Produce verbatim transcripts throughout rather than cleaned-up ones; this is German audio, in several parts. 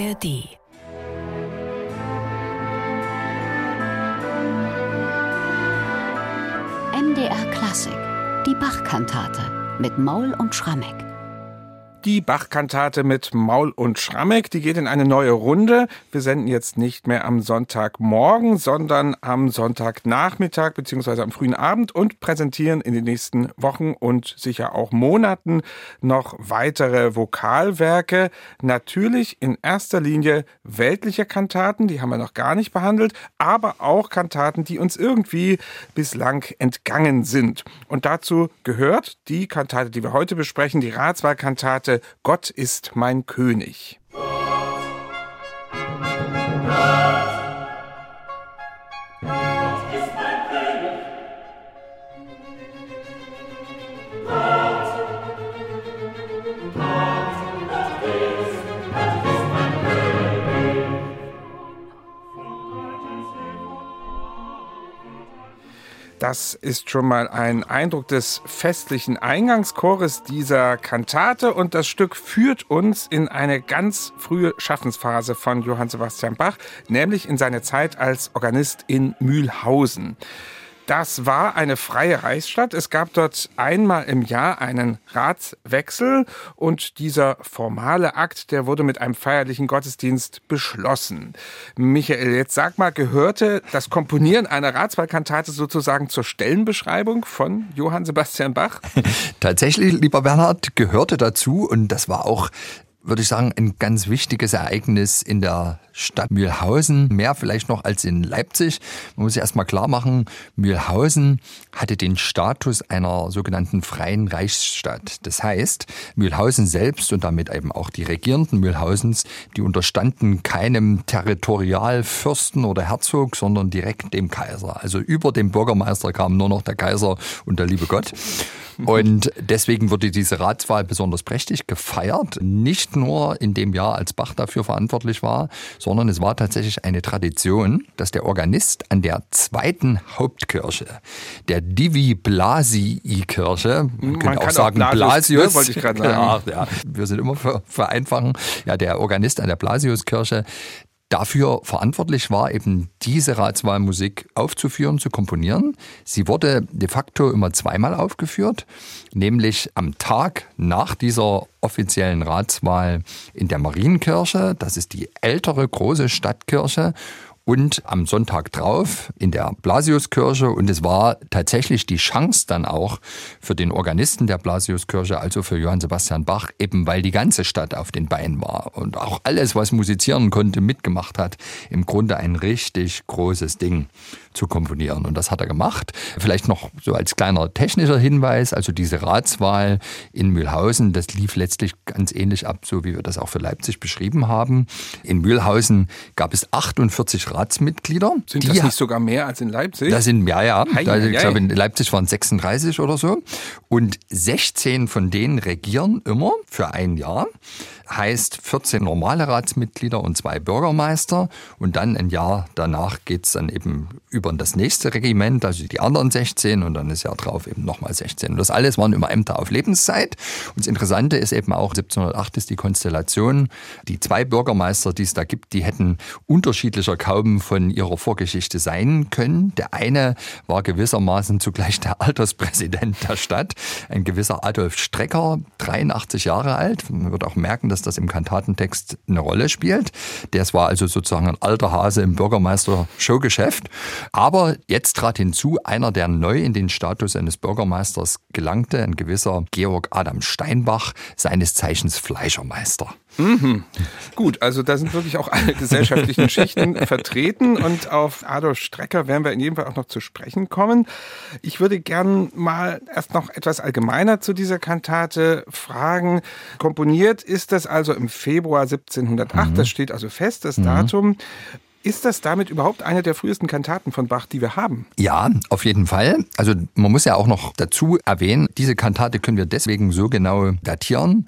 R D. M D R Klassik, die Bach-Kantate mit Maul und Schrammeck. Die Bach-Kantate mit Maul und Schrammeck, die geht in eine neue Runde. Wir senden jetzt nicht mehr am Sonntagmorgen, sondern am Sonntagnachmittag bzw. am frühen Abend und präsentieren in den nächsten Wochen und sicher auch Monaten noch weitere Vokalwerke. Natürlich in erster Linie weltliche Kantaten, die haben wir noch gar nicht behandelt, aber auch Kantaten, die uns irgendwie bislang entgangen sind. Und dazu gehört die Kantate, die wir heute besprechen, die Ratswahlkantate Gott ist mein König. Das ist schon mal ein Eindruck des festlichen Eingangschores dieser Kantate und das Stück führt uns in eine ganz frühe Schaffensphase von Johann Sebastian Bach, nämlich in seine Zeit als Organist in Mülhausen. Das war eine freie Reichsstadt. Es gab dort einmal im Jahr einen Ratswechsel und dieser formale Akt, der wurde mit einem feierlichen Gottesdienst beschlossen. Michael, jetzt sag mal, gehörte das Komponieren einer Ratswahlkantate sozusagen zur Stellenbeschreibung von Johann Sebastian Bach? Tatsächlich, lieber Bernhard, gehörte dazu und das war auch, würde ich sagen, ein ganz wichtiges Ereignis in der Stadt Mülhausen, mehr vielleicht noch als in Leipzig. Man muss sich erstmal klar machen, Mülhausen hatte den Status einer sogenannten freien Reichsstadt. Das heißt, Mülhausen selbst und damit eben auch die Regierenden Mülhausens, die unterstanden keinem Territorialfürsten oder Herzog, sondern direkt dem Kaiser. Also über dem Bürgermeister kam nur noch der Kaiser und der liebe Gott. Und deswegen wurde diese Ratswahl besonders prächtig gefeiert. Nicht nur in dem Jahr, als Bach dafür verantwortlich war, sondern es war tatsächlich eine Tradition, dass der Organist an der zweiten Hauptkirche, der Divi Blasii-Kirche, man, man könnte auch sagen auch Blasius, Blasius ne, wollte ich gerade sagen. Ja, ja, wir sind immer für vereinfachen, ja, der Organist an der Blasiuskirche, dafür verantwortlich war, eben diese Ratswahlmusik aufzuführen, zu komponieren. Sie wurde de facto immer zweimal aufgeführt, nämlich am Tag nach dieser offiziellen Ratswahl in der Marienkirche, das ist die ältere große Stadtkirche, und am Sonntag drauf in der Blasiuskirche. Und es war tatsächlich die Chance dann auch für den Organisten der Blasiuskirche, also für Johann Sebastian Bach, eben weil die ganze Stadt auf den Beinen war und auch alles, was musizieren konnte, mitgemacht hat, im Grunde ein richtig großes Ding zu komponieren. Und das hat er gemacht. Vielleicht noch so als kleiner technischer Hinweis, also diese Ratswahl in Mülhausen, das lief letztlich ganz ähnlich ab, so wie wir das auch für Leipzig beschrieben haben. In Mülhausen gab es achtundvierzig Ratsmitglieder. Sind das nicht sogar mehr als in Leipzig? Das sind, ja, ja. Hei, also, ich hei. glaube, in Leipzig waren sechsunddreißig oder so. Und sechzehn von denen regieren immer für ein Jahr. Heißt vierzehn normale Ratsmitglieder und zwei Bürgermeister. Und dann ein Jahr danach geht's dann eben über das nächste Regiment, also die anderen sechzehn. Und dann ist Jahr drauf eben nochmal sechzehn. Und das alles waren immer Ämter auf Lebenszeit. Und das Interessante ist eben auch, siebzehnhundertacht ist die Konstellation. Die zwei Bürgermeister, die es da gibt, die hätten unterschiedlicher kaum von ihrer Vorgeschichte sein können. Der eine war gewissermaßen zugleich der Alterspräsident der Stadt. Ein gewisser Adolf Strecker, dreiundachtzig Jahre alt. Man wird auch merken, dass das im Kantatentext eine Rolle spielt. Das war also sozusagen ein alter Hase im Bürgermeister-Showgeschäft. Aber jetzt trat hinzu einer, der neu in den Status eines Bürgermeisters gelangte, ein gewisser Georg Adam Steinbach, seines Zeichens Fleischermeister. Mhm. Gut, also da sind wirklich auch alle gesellschaftlichen Schichten vertreten und auf Adolf Strecker werden wir in jedem Fall auch noch zu sprechen kommen. Ich würde gern mal erst noch etwas allgemeiner zu dieser Kantate fragen. Komponiert ist das also im Februar siebzehnhundertacht, mhm. das steht also fest, das mhm. Datum. Ist das damit überhaupt eine der frühesten Kantaten von Bach, die wir haben? Ja, auf jeden Fall. Also man muss ja auch noch dazu erwähnen, diese Kantate können wir deswegen so genau datieren,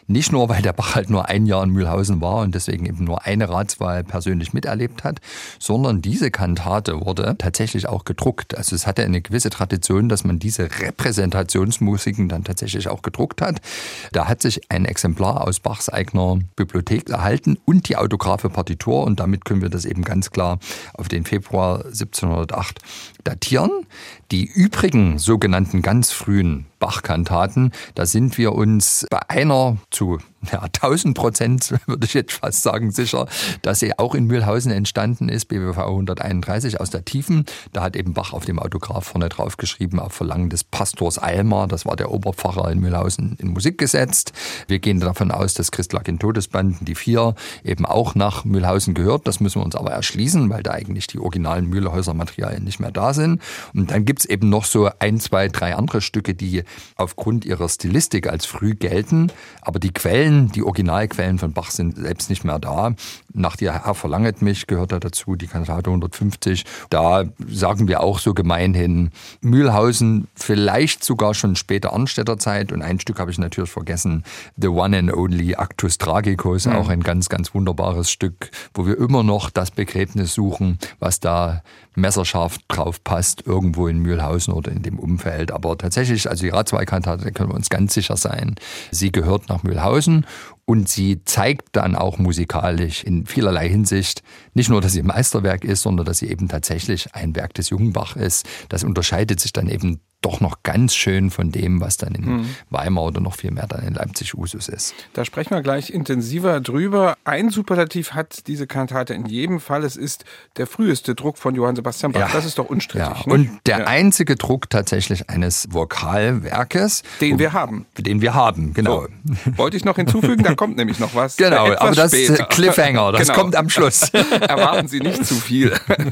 Nicht nur, weil der Bach halt nur ein Jahr in Mühlhausen war und deswegen eben nur eine Ratswahl persönlich miterlebt hat, sondern diese Kantate wurde tatsächlich auch gedruckt. Also es hatte eine gewisse Tradition, dass man diese Repräsentationsmusiken dann tatsächlich auch gedruckt hat. Da hat sich ein Exemplar aus Bachs eigener Bibliothek erhalten und die autographe Partitur und damit können wir das eben ganz klar auf den Februar siebzehnhundertacht datieren. Die übrigen sogenannten ganz frühen Bach-Kantaten, da sind wir uns bei einer zu ja, tausend Prozent, würde ich jetzt fast sagen, sicher, dass sie auch in Mühlhausen entstanden ist, B W V hunderteinunddreißig aus der Tiefen. Da hat eben Bach auf dem Autograph vorne drauf geschrieben, auf Verlangen des Pastors Eilmar, das war der Oberpfarrer in Mühlhausen, in Musik gesetzt. Wir gehen davon aus, dass Christlag in Todesbanden, die vier, eben auch nach Mühlhausen gehört. Das müssen wir uns aber erschließen, weil da eigentlich die originalen Mühlhäuser Materialien nicht mehr da sind. Und dann gibt es eben noch so ein, zwei, drei andere Stücke, die aufgrund ihrer Stilistik als früh gelten. Aber die Quellen, die Originalquellen von Bach sind selbst nicht mehr da. Nach dir Herr verlanget mich gehört da dazu, die Kantate hundertfünfzig. Da sagen wir auch so gemeinhin Mühlhausen, vielleicht sogar schon später Arnstädter Zeit. Und ein Stück habe ich natürlich vergessen, The One and Only Actus Tragicus, mhm. auch ein ganz, ganz wunderbares Stück, wo wir immer noch das Begräbnis suchen, was da messerscharf drauf passt, irgendwo in Mühlhausen oder in dem Umfeld. Aber tatsächlich, also die Ratswahlkantate, da können wir uns ganz sicher sein, sie gehört nach Mühlhausen. Und sie zeigt dann auch musikalisch in vielerlei Hinsicht nicht nur, dass sie ein Meisterwerk ist, sondern dass sie eben tatsächlich ein Werk des jungen Bach ist. Das unterscheidet sich dann eben doch noch ganz schön von dem, was dann in hm. Weimar oder noch viel mehr dann in Leipzig Usus ist. Da sprechen wir gleich intensiver drüber. Ein Superlativ hat diese Kantate in jedem Fall. Es ist der früheste Druck von Johann Sebastian Bach. Ja. Das ist doch unstrittig. Ja. Und der ja. einzige Druck tatsächlich eines Vokalwerkes. Den wir haben. Den wir haben, genau. So. Wollte ich noch hinzufügen, da kommt nämlich noch was. Genau, aber das später. ist Cliffhanger, das genau. kommt am Schluss. Erwarten Sie nicht zu viel.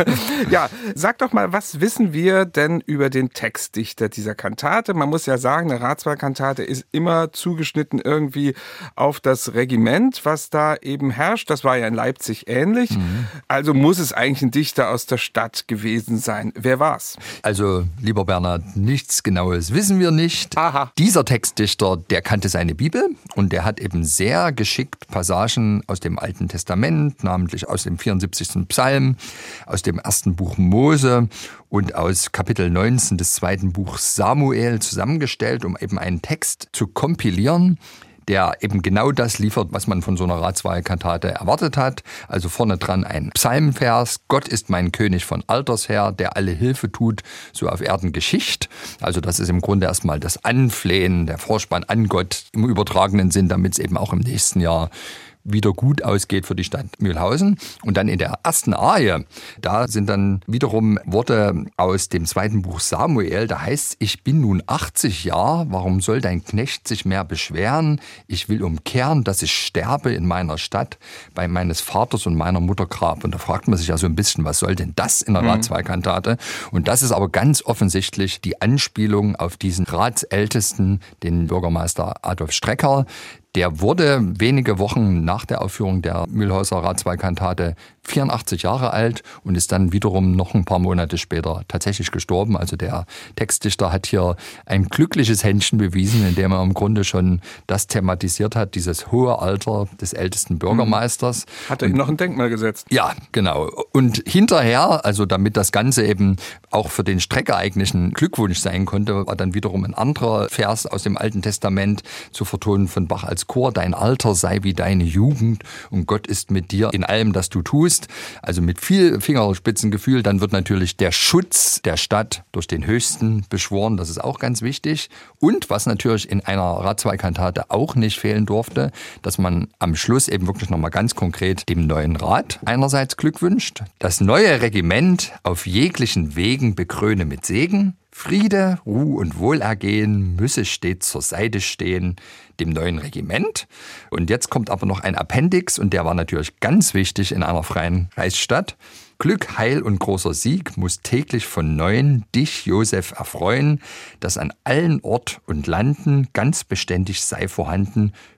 Ja, sag doch mal, was wissen wir denn über den Textdichter dieser Kantate? Man muss ja sagen, eine Ratswahlkantate ist immer zugeschnitten irgendwie auf das Regiment, was da eben herrscht. Das war ja in Leipzig ähnlich. Mhm. Also muss es eigentlich ein Dichter aus der Stadt gewesen sein. Wer war's? Also, lieber Bernhard, nichts Genaues wissen wir nicht. Aha. Dieser Textdichter, der kannte seine Bibel und der hat eben sehr geschickt Passagen aus dem Alten Testament, namentlich aus dem vierundsiebzigsten Psalm, aus dem ersten Buch Mose und aus Kapitel neunzehn des zweiten Buchs Samuel zusammengestellt, um eben einen Text zu kompilieren, der eben genau das liefert, was man von so einer Ratswahlkantate erwartet hat. Also vorne dran ein Psalmvers, Gott ist mein König von alters her, der alle Hilfe tut, so auf Erden Geschicht. Also das ist im Grunde erstmal das Anflehen, der Vorspann an Gott im übertragenen Sinn, damit es eben auch im nächsten Jahr wieder gut ausgeht für die Stadt Mühlhausen. Und dann in der ersten Arie, da sind dann wiederum Worte aus dem zweiten Buch Samuel. Da heißt es, ich bin nun achtzig Jahre, warum soll dein Knecht sich mehr beschweren? Ich will umkehren, dass ich sterbe in meiner Stadt, bei meines Vaters und meiner Mutter Grab. Und da fragt man sich ja so ein bisschen, was soll denn das in der mhm. Ratswahlkantate? Und das ist aber ganz offensichtlich die Anspielung auf diesen Ratsältesten, den Bürgermeister Adolf Strecker. Der wurde wenige Wochen nach der Aufführung der Mühlhäuser Ratswahlkantate vierundachtzig Jahre alt und ist dann wiederum noch ein paar Monate später tatsächlich gestorben. Also der Textdichter hat hier ein glückliches Händchen bewiesen, indem er im Grunde schon das thematisiert hat, dieses hohe Alter des ältesten Bürgermeisters. Hat er ihm noch ein Denkmal gesetzt? Ja, genau. Und hinterher, also damit das Ganze eben auch für den Strecker eigentlich ein Glückwunsch sein konnte, war dann wiederum ein anderer Vers aus dem Alten Testament zu vertonen von Bach als Chor. Dein Alter sei wie deine Jugend und Gott ist mit dir in allem, das du tust. Also mit viel Fingerspitzengefühl. Dann wird natürlich der Schutz der Stadt durch den Höchsten beschworen. Das ist auch ganz wichtig. Und was natürlich in einer Ratswahlkantate auch nicht fehlen durfte, dass man am Schluss eben wirklich nochmal ganz konkret dem neuen Rat einerseits Glück wünscht. Das neue Regiment auf jeglichen Wegen bekröne mit Segen. Friede, Ruhe und Wohlergehen müsse stets zur Seite stehen dem neuen Regiment. Und jetzt kommt aber noch ein Appendix und der war natürlich ganz wichtig in einer freien Reichsstadt. Glück, Heil und großer Sieg muss täglich von Neuem dich, Josef, erfreuen, dass an allen Ort und Landen ganz beständig sei vorhanden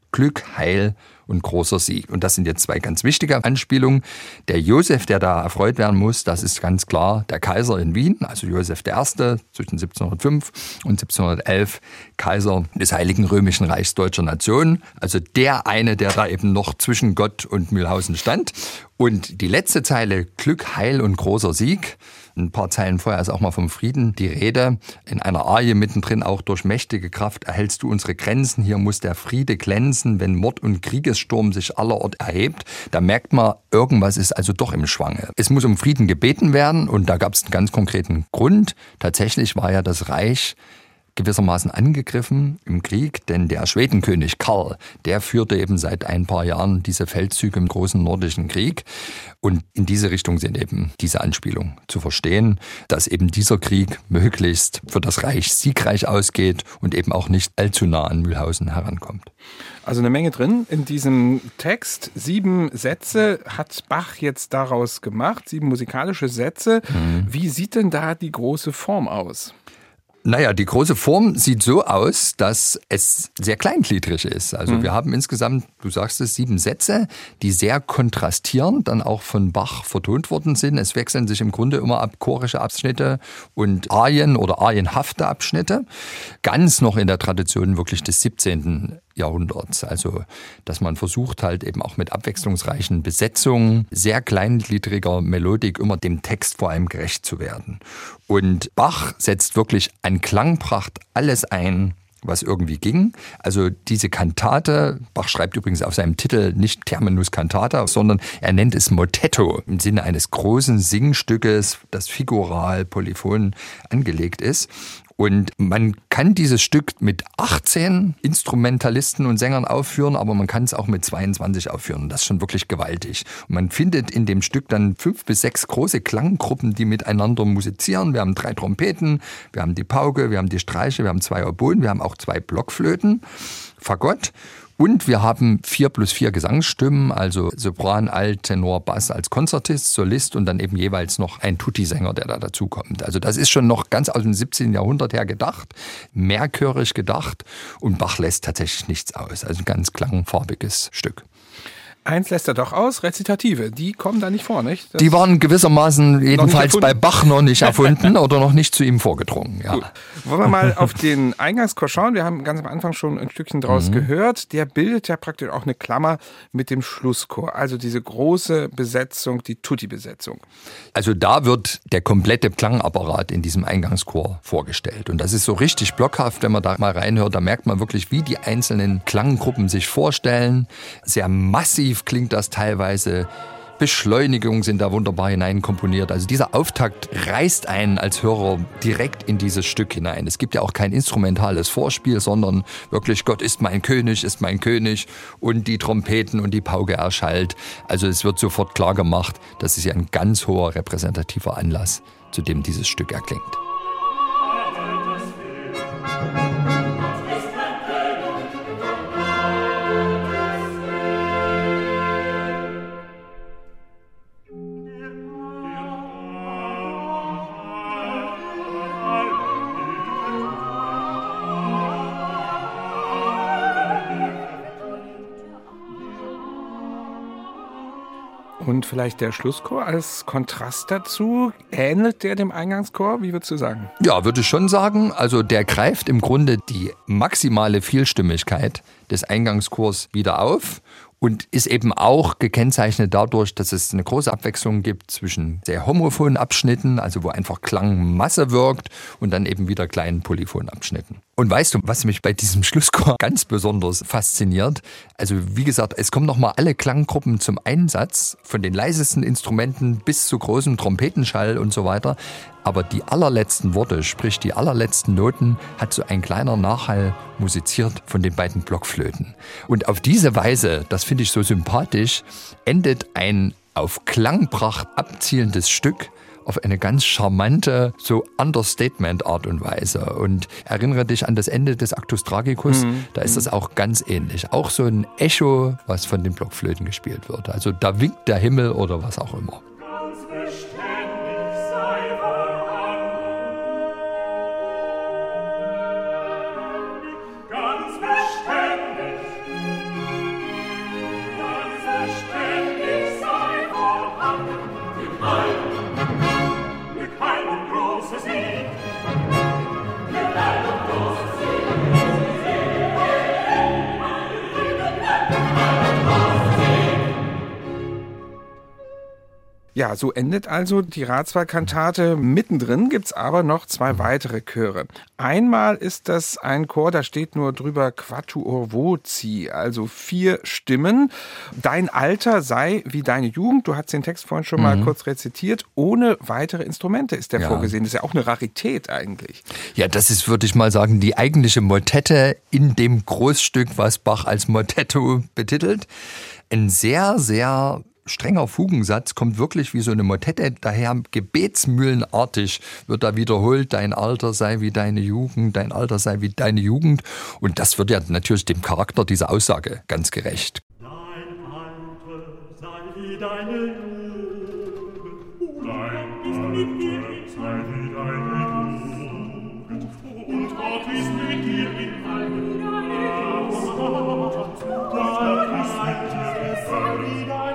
Glück, Heil und großer Sieg. Und das sind jetzt zwei ganz wichtige Anspielungen. Der Josef, der da erfreut werden muss, das ist ganz klar der Kaiser in Wien, also Josef der Erste zwischen siebzehnhundertfünf und siebzehnhundertelf, Kaiser des Heiligen Römischen Reichs Deutscher Nation, also der eine, der da eben noch zwischen Gott und Mühlhausen stand. Und die letzte Zeile, Glück, Heil und großer Sieg, ein paar Zeilen vorher ist auch mal vom Frieden die Rede. In einer Arie mittendrin auch: durch mächtige Kraft erhältst du unsere Grenzen. Hier muss der Friede glänzen, wenn Mord und Kriegessturm sich allerort erhebt. Da merkt man, irgendwas ist also doch im Schwange. Es muss um Frieden gebeten werden und da gab es einen ganz konkreten Grund. Tatsächlich war ja das Reich gewissermaßen angegriffen im Krieg, denn der Schwedenkönig Karl, der führte eben seit ein paar Jahren diese Feldzüge im großen nordischen Krieg. Und in diese Richtung sind eben diese Anspielungen zu verstehen, dass eben dieser Krieg möglichst für das Reich siegreich ausgeht und eben auch nicht allzu nah an Mühlhausen herankommt. Also eine Menge drin in diesem Text. Sieben Sätze hat Bach jetzt daraus gemacht, sieben musikalische Sätze. Mhm. Wie sieht denn da die große Form aus? Naja, die große Form sieht so aus, dass es sehr kleingliedrig ist. Also mhm. wir haben insgesamt, du sagst es, sieben Sätze, die sehr kontrastierend dann auch von Bach vertont worden sind. Es wechseln sich im Grunde immer ab chorische Abschnitte und Arien oder arienhafte Abschnitte. Ganz noch in der Tradition wirklich des siebzehnten Jahrhunderts. Also, dass man versucht halt eben auch mit abwechslungsreichen Besetzungen, sehr kleingliedriger Melodik immer dem Text vor allem gerecht zu werden. Und Bach setzt wirklich an Klangpracht alles ein, was irgendwie ging. Also diese Kantate, Bach schreibt übrigens auf seinem Titel nicht Terminus Cantata, sondern er nennt es Motetto im Sinne eines großen Singstückes, das figural, polyphon angelegt ist. Und man kann dieses Stück mit achtzehn Instrumentalisten und Sängern aufführen, aber man kann es auch mit zweiundzwanzig aufführen. Das ist schon wirklich gewaltig. Und man findet in dem Stück dann fünf bis sechs große Klanggruppen, die miteinander musizieren. Wir haben drei Trompeten, wir haben die Pauke, wir haben die Streiche, wir haben zwei Oboen, wir haben auch zwei Blockflöten, Fagott. Und wir haben vier plus vier Gesangsstimmen, also Sopran, Alt, Tenor, Bass als Konzertist, Solist und dann eben jeweils noch ein Tutti-Sänger, der da dazukommt. Also das ist schon noch ganz aus dem siebzehnten Jahrhundert her gedacht, mehrchörig gedacht und Bach lässt tatsächlich nichts aus. Also ein ganz klangfarbiges Stück. Eins lässt er doch aus, Rezitative, die kommen da nicht vor, nicht? Das die waren gewissermaßen jedenfalls bei Bach noch nicht erfunden oder noch nicht zu ihm vorgedrungen. Ja. Gut. Wollen wir mal auf den Eingangschor schauen? Wir haben ganz am Anfang schon ein Stückchen draus mhm. gehört. Der bildet ja praktisch auch eine Klammer mit dem Schlusschor. Also diese große Besetzung, die Tutti-Besetzung. Also da wird der komplette Klangapparat in diesem Eingangschor vorgestellt. Und das ist so richtig blockhaft, wenn man da mal reinhört. Da merkt man wirklich, wie die einzelnen Klanggruppen sich vorstellen. Sehr massiv klingt das teilweise. Beschleunigungen sind da wunderbar hineinkomponiert. Also dieser Auftakt reißt einen als Hörer direkt in dieses Stück hinein. Es gibt ja auch kein instrumentales Vorspiel, sondern wirklich Gott ist mein König, ist mein König und die Trompeten und die Pauke erschallt. Also es wird sofort klar gemacht, das ist ja ein ganz hoher repräsentativer Anlass, zu dem dieses Stück erklingt. Und vielleicht der Schlusschor als Kontrast dazu, ähnelt der dem Eingangschor? Wie würdest du sagen? Ja, würde ich schon sagen. Also der greift im Grunde die maximale Vielstimmigkeit des Eingangschors wieder auf und ist eben auch gekennzeichnet dadurch, dass es eine große Abwechslung gibt zwischen sehr homophonen Abschnitten, also wo einfach Klangmasse wirkt, und dann eben wieder kleinen polyphonen Abschnitten. Und weißt du, was mich bei diesem Schlusschor ganz besonders fasziniert? Also wie gesagt, es kommen nochmal alle Klanggruppen zum Einsatz, von den leisesten Instrumenten bis zu großem Trompetenschall und so weiter. Aber die allerletzten Worte, sprich die allerletzten Noten, hat so ein kleiner Nachhall musiziert von den beiden Blockflöten. Und auf diese Weise, das finde ich so sympathisch, endet ein auf Klangpracht abzielendes Stück auf eine ganz charmante, so Understatement-Art und Weise. Und erinnere dich an das Ende des Actus Tragicus, mhm. da ist das auch ganz ähnlich. Auch so ein Echo, was von den Blockflöten gespielt wird. Also da winkt der Himmel oder was auch immer. Ganz beständig Ja, so endet also die Ratswahlkantate. Mittendrin gibt's aber noch zwei weitere Chöre. Einmal ist das ein Chor, da steht nur drüber Quatuor voci, also vier Stimmen. Dein Alter sei wie deine Jugend. Du hast den Text vorhin schon mal mhm. kurz rezitiert. Ohne weitere Instrumente ist der ja. vorgesehen. Das ist ja auch eine Rarität eigentlich. Ja, das ist, würde ich mal sagen, die eigentliche Motette in dem Großstück, was Bach als Motetto betitelt. Ein sehr, sehr strenger Fugensatz, kommt wirklich wie so eine Motette daher, gebetsmühlenartig wird da wiederholt, dein Alter sei wie deine Jugend, dein Alter sei wie deine Jugend. Und das wird ja natürlich dem Charakter dieser Aussage ganz gerecht. Dein Alter sei wie deine Jugend, dein Alter sei wie deine Jugend, und Gott ist mit dir in allen Jahren. Gott ist mit dir in allen Jahren.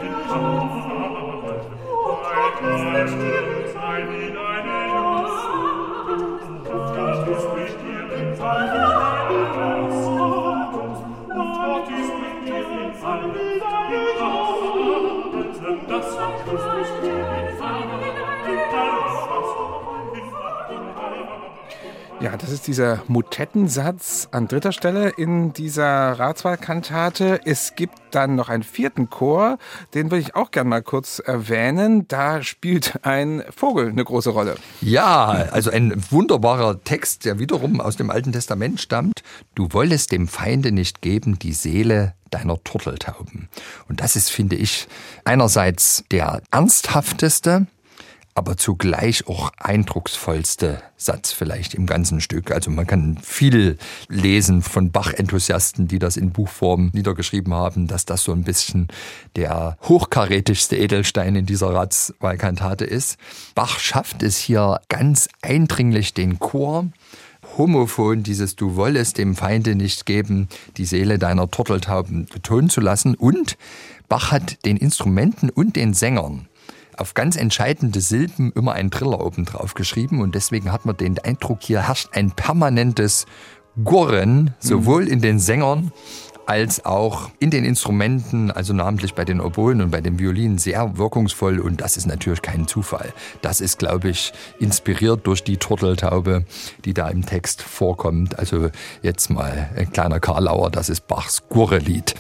Ja, das ist dieser Motettensatz an dritter Stelle in dieser Ratswahlkantate. Es gibt dann noch einen vierten Chor, den würde ich auch gerne mal kurz erwähnen. Da spielt ein Vogel eine große Rolle. Ja, also ein wunderbarer Text, der wiederum aus dem Alten Testament stammt. Du wollest dem Feinde nicht geben die Seele deiner Turteltauben. Und das ist, finde ich, einerseits der ernsthafteste, aber zugleich auch eindrucksvollste Satz vielleicht im ganzen Stück. Also man kann viel lesen von Bach-Enthusiasten, die das in Buchform niedergeschrieben haben, dass das so ein bisschen der hochkarätigste Edelstein in dieser Ratswahlkantate ist. Bach schafft es hier ganz eindringlich, den Chor homophon, dieses Du wollest dem Feinde nicht geben, die Seele deiner Turteltauben betonen zu lassen. Und Bach hat den Instrumenten und den Sängern auf ganz entscheidende Silben immer einen Triller obendrauf geschrieben und deswegen hat man den Eindruck, hier herrscht ein permanentes Gurren, sowohl in den Sängern als auch in den Instrumenten, also namentlich bei den Oboen und bei den Violinen, sehr wirkungsvoll und das ist natürlich kein Zufall. Das ist, glaube ich, inspiriert durch die Turteltaube, die da im Text vorkommt. Also jetzt mal ein kleiner Karlauer, das ist Bachs Gurrelied.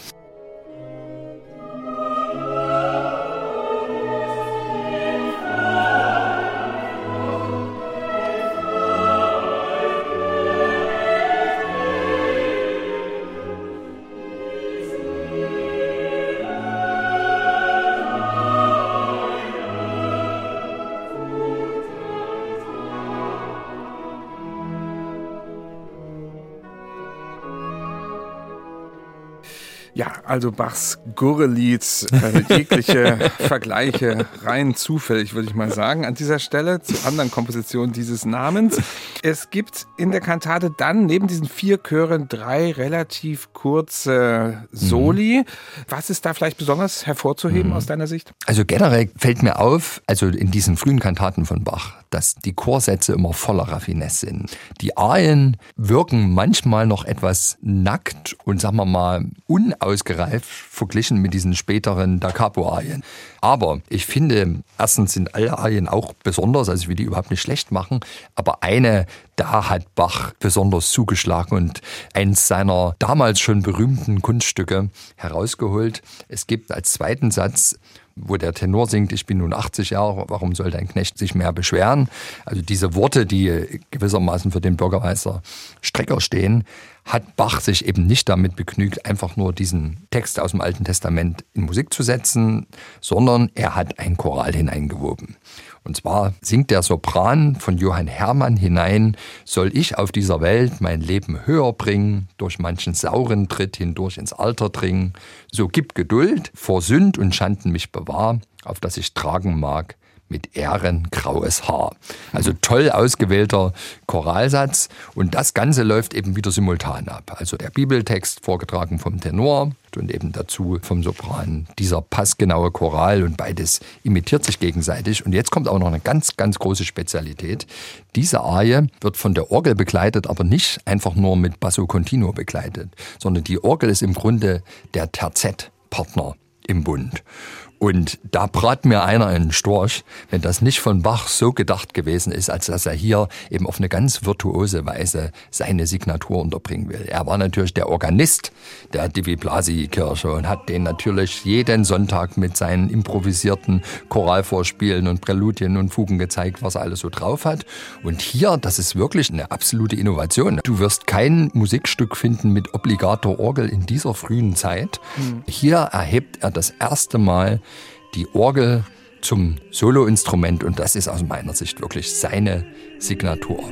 Ja, also Bachs Gurrelied, äh, jegliche Vergleiche rein zufällig, würde ich mal sagen, an dieser Stelle zu anderen Kompositionen dieses Namens. Es gibt in der Kantate dann neben diesen vier Chören drei relativ kurze Soli. Mhm. Was ist da vielleicht besonders hervorzuheben mhm. aus deiner Sicht? Also generell fällt mir auf, also in diesen frühen Kantaten von Bach, dass die Chorsätze immer voller Raffinesse sind. Die Arien wirken manchmal noch etwas nackt und sagen wir mal unausgereift verglichen mit diesen späteren Da Capo-Arien. Aber ich finde, erstens sind alle Arien auch besonders, also ich will die überhaupt nicht schlecht machen, aber eine, da hat Bach besonders zugeschlagen und eins seiner damals schon berühmten Kunststücke herausgeholt. Es gibt als zweiten Satz, wo der Tenor singt, ich bin nun achtzig Jahre, warum soll dein Knecht sich mehr beschweren? Also diese Worte, die gewissermaßen für den Bürgermeister Strecker stehen, hat Bach sich eben nicht damit begnügt, einfach nur diesen Text aus dem Alten Testament in Musik zu setzen, sondern er hat ein Choral hineingewoben. Und zwar singt der Sopran von Johann Hermann hinein, soll ich auf dieser Welt mein Leben höher bringen, durch manchen sauren Tritt hindurch ins Alter dringen, so gib Geduld, vor Sünd und Schanden mich bewahr, auf dass ich tragen mag mit Ehren graues Haar. Also toll ausgewählter Choralsatz und das Ganze läuft eben wieder simultan ab. Also der Bibeltext vorgetragen vom Tenor und eben dazu vom Sopran dieser passgenaue Choral und beides imitiert sich gegenseitig. Und jetzt kommt auch noch eine ganz, ganz große Spezialität. Diese Arie wird von der Orgel begleitet, aber nicht einfach nur mit Basso Continuo begleitet, sondern die Orgel ist im Grunde der Terzettpartner im Bund. Und da brat mir einer in den Storch, wenn das nicht von Bach so gedacht gewesen ist, als dass er hier eben auf eine ganz virtuose Weise seine Signatur unterbringen will. Er war natürlich der Organist der Divi Blasi-Kirche und hat den natürlich jeden Sonntag mit seinen improvisierten Choralvorspielen und Präludien und Fugen gezeigt, was er alles so drauf hat. Und hier, das ist wirklich eine absolute Innovation. Du wirst kein Musikstück finden mit obligator Orgel in dieser frühen Zeit. Mhm. Hier erhebt er das erste Mal die Orgel zum Soloinstrument und das ist aus meiner Sicht wirklich seine Signatur.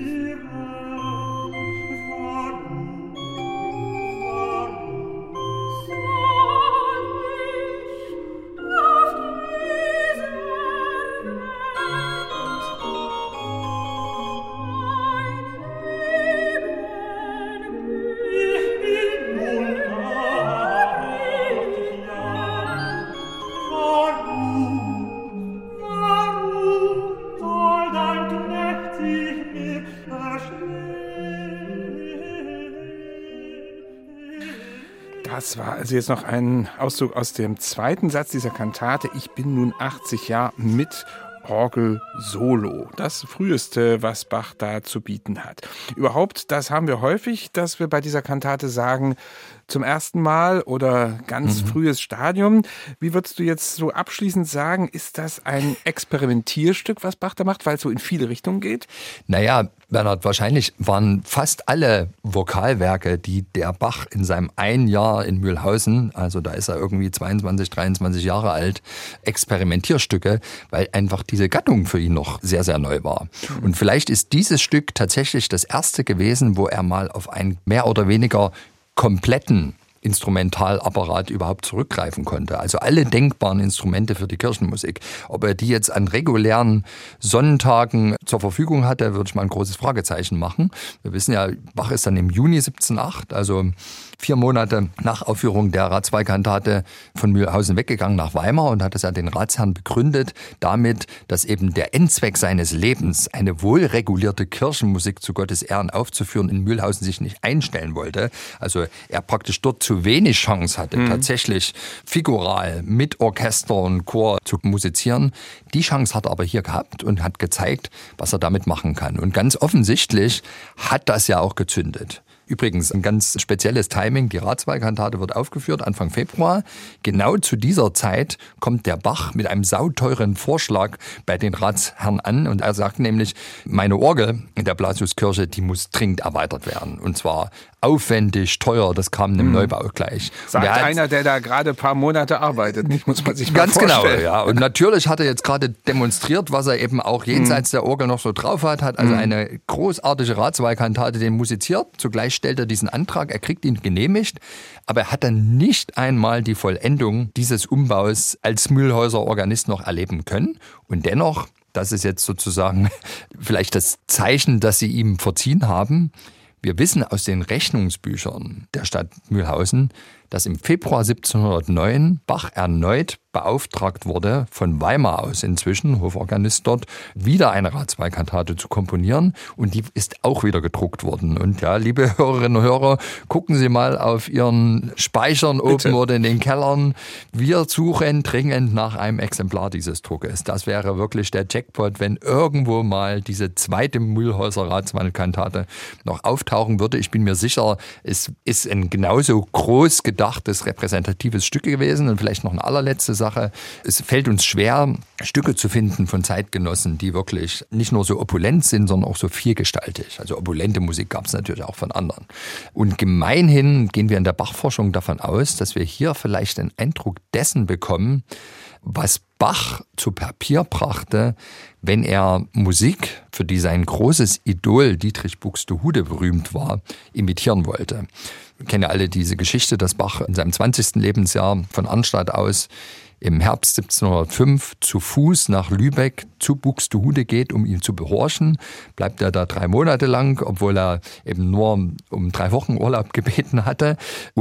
Das war also jetzt noch ein Auszug aus dem zweiten Satz dieser Kantate. Ich bin nun achtzig Jahre mit Orgel Solo. Das früheste, was Bach da zu bieten hat. Überhaupt, das haben wir häufig, dass wir bei dieser Kantate sagen, zum ersten Mal oder ganz mhm. frühes Stadium. Wie würdest du jetzt so abschließend sagen, ist das ein Experimentierstück, was Bach da macht, weil es so in viele Richtungen geht? Naja, Bernhard, wahrscheinlich waren fast alle Vokalwerke, die der Bach in seinem ein Jahr in Mühlhausen, also da ist er irgendwie zweiundzwanzig, dreiundzwanzig Jahre alt, Experimentierstücke, weil einfach diese Gattung für ihn noch sehr, sehr neu war. Und vielleicht ist dieses Stück tatsächlich das erste gewesen, wo er mal auf einen mehr oder weniger kompletten Instrumentalapparat überhaupt zurückgreifen konnte. Also alle denkbaren Instrumente für die Kirchenmusik. Ob er die jetzt an regulären Sonntagen zur Verfügung hatte, würde ich mal ein großes Fragezeichen machen. Wir wissen ja, Bach ist dann im Juni siebzehnhundertacht, also vier Monate nach Aufführung der Ratswahlkantate von Mühlhausen weggegangen nach Weimar und hat es ja den Ratsherren begründet damit, dass eben der Endzweck seines Lebens, eine wohlregulierte Kirchenmusik zu Gottes Ehren aufzuführen, in Mühlhausen sich nicht einstellen wollte. Also er praktisch dort zu wenig Chance hatte, mhm. tatsächlich figural mit Orchester und Chor zu musizieren. Die Chance hat er aber hier gehabt und hat gezeigt, was er damit machen kann. Und ganz offensichtlich hat das ja auch gezündet. Übrigens ein ganz spezielles Timing, die Ratswahlkantate wird aufgeführt Anfang Februar. Genau zu dieser Zeit kommt der Bach mit einem sauteuren Vorschlag bei den Ratsherren an und er sagt nämlich, meine Orgel in der Blasiuskirche, die muss dringend erweitert werden und zwar aufwendig, teuer, das kam einem mhm. Neubau gleich. Sagt der einer, der da gerade ein paar Monate arbeitet, nicht, muss man sich mal ganz vorstellen. Ganz genau, ja. Und natürlich hat er jetzt gerade demonstriert, was er eben auch jenseits mhm. der Orgel noch so drauf hat, hat also mhm. eine großartige Ratswahlkantate den musiziert, zugleich stellt er diesen Antrag, er kriegt ihn genehmigt, aber er hat dann nicht einmal die Vollendung dieses Umbaus als Mühlhäuser Organist noch erleben können und dennoch, das ist jetzt sozusagen vielleicht das Zeichen, das sie ihm verziehen haben. Wir wissen aus den Rechnungsbüchern der Stadt Mühlhausen, dass im Februar siebzehnhundertneun Bach erneut beauftragt wurde, von Weimar aus inzwischen, Hoforganist dort, wieder eine Ratswahlkantate zu komponieren und die ist auch wieder gedruckt worden. Und ja, liebe Hörerinnen und Hörer, gucken Sie mal auf Ihren Speichern Bitte. Oben oder in den Kellern. Wir suchen dringend nach einem Exemplar dieses Druckes. Das wäre wirklich der Jackpot, wenn irgendwo mal diese zweite Mühlhäuser Ratswahlkantate noch auftauchen würde. Ich bin mir sicher, es ist ein genauso groß gedachtes, repräsentatives Stück gewesen. Und vielleicht noch eine allerletzte Sache. Es fällt uns schwer, Stücke zu finden von Zeitgenossen, die wirklich nicht nur so opulent sind, sondern auch so vielgestaltig. Also opulente Musik gab es natürlich auch von anderen. Und gemeinhin gehen wir in der Bachforschung davon aus, dass wir hier vielleicht einen Eindruck dessen bekommen, was Bach zu Papier brachte, wenn er Musik, für die sein großes Idol Dietrich Buxtehude berühmt war, imitieren wollte. Wir kennen ja alle diese Geschichte, dass Bach in seinem zwanzigsten Lebensjahr von Arnstadt aus im Herbst siebzehnhundertfünf zu Fuß nach Lübeck zu Buxtehude geht, um ihn zu behorchen. Bleibt er da drei Monate lang, obwohl er eben nur um drei Wochen Urlaub gebeten hatte. Und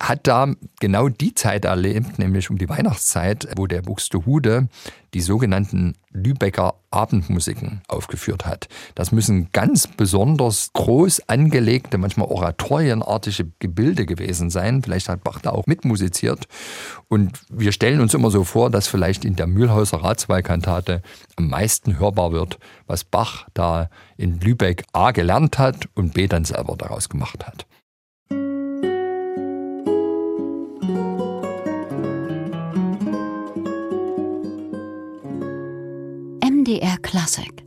hat da genau die Zeit erlebt, nämlich um die Weihnachtszeit, wo der Buxtehude die sogenannten Lübecker Abendmusiken aufgeführt hat. Das müssen ganz besonders groß angelegte, manchmal oratorienartige Gebilde gewesen sein. Vielleicht hat Bach da auch mitmusiziert. Und wir stellen uns immer so vor, dass vielleicht in der Mühlhäuser Ratswahlkantate am meisten hörbar wird, was Bach da in Lübeck A gelernt hat und B dann selber daraus gemacht hat. M D R Klassik